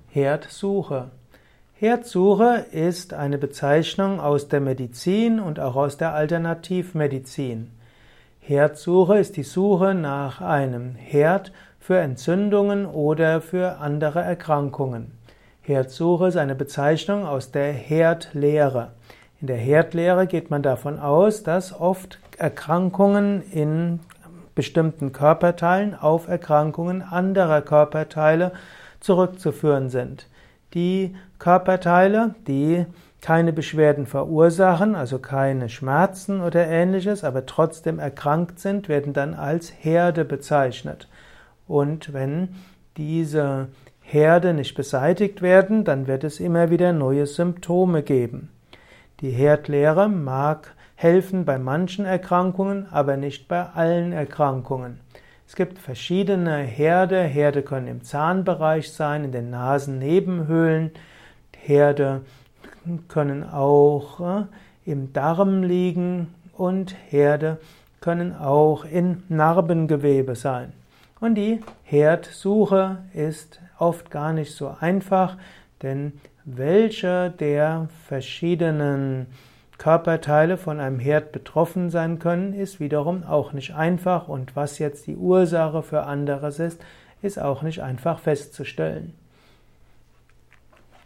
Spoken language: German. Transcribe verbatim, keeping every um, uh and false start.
Herdsuche. Herdsuche ist eine Bezeichnung aus der Medizin und auch aus der Alternativmedizin. Herdsuche ist die Suche nach einem Herd für Entzündungen oder für andere Erkrankungen. Herdsuche ist eine Bezeichnung aus der Herdlehre. In der Herdlehre geht man davon aus, dass oft Erkrankungen in bestimmten Körperteilen auf Erkrankungen anderer Körperteile zurückzuführen sind. Die Körperteile, die keine Beschwerden verursachen, also keine Schmerzen oder Ähnliches, aber trotzdem erkrankt sind, werden dann als Herde bezeichnet. Und wenn diese Herde nicht beseitigt werden, dann wird es immer wieder neue Symptome geben. Die Herdlehre mag helfen bei manchen Erkrankungen, aber nicht bei allen Erkrankungen. Es gibt verschiedene Herde. Herde können im Zahnbereich sein, in den Nasennebenhöhlen. Herde können auch äh, im Darm liegen und Herde können auch in Narbengewebe sein. Und die Herdsuche ist oft gar nicht so einfach, denn welche der verschiedenen Körperteile von einem Herd betroffen sein können, ist wiederum auch nicht einfach, und was jetzt die Ursache für anderes ist, ist auch nicht einfach festzustellen.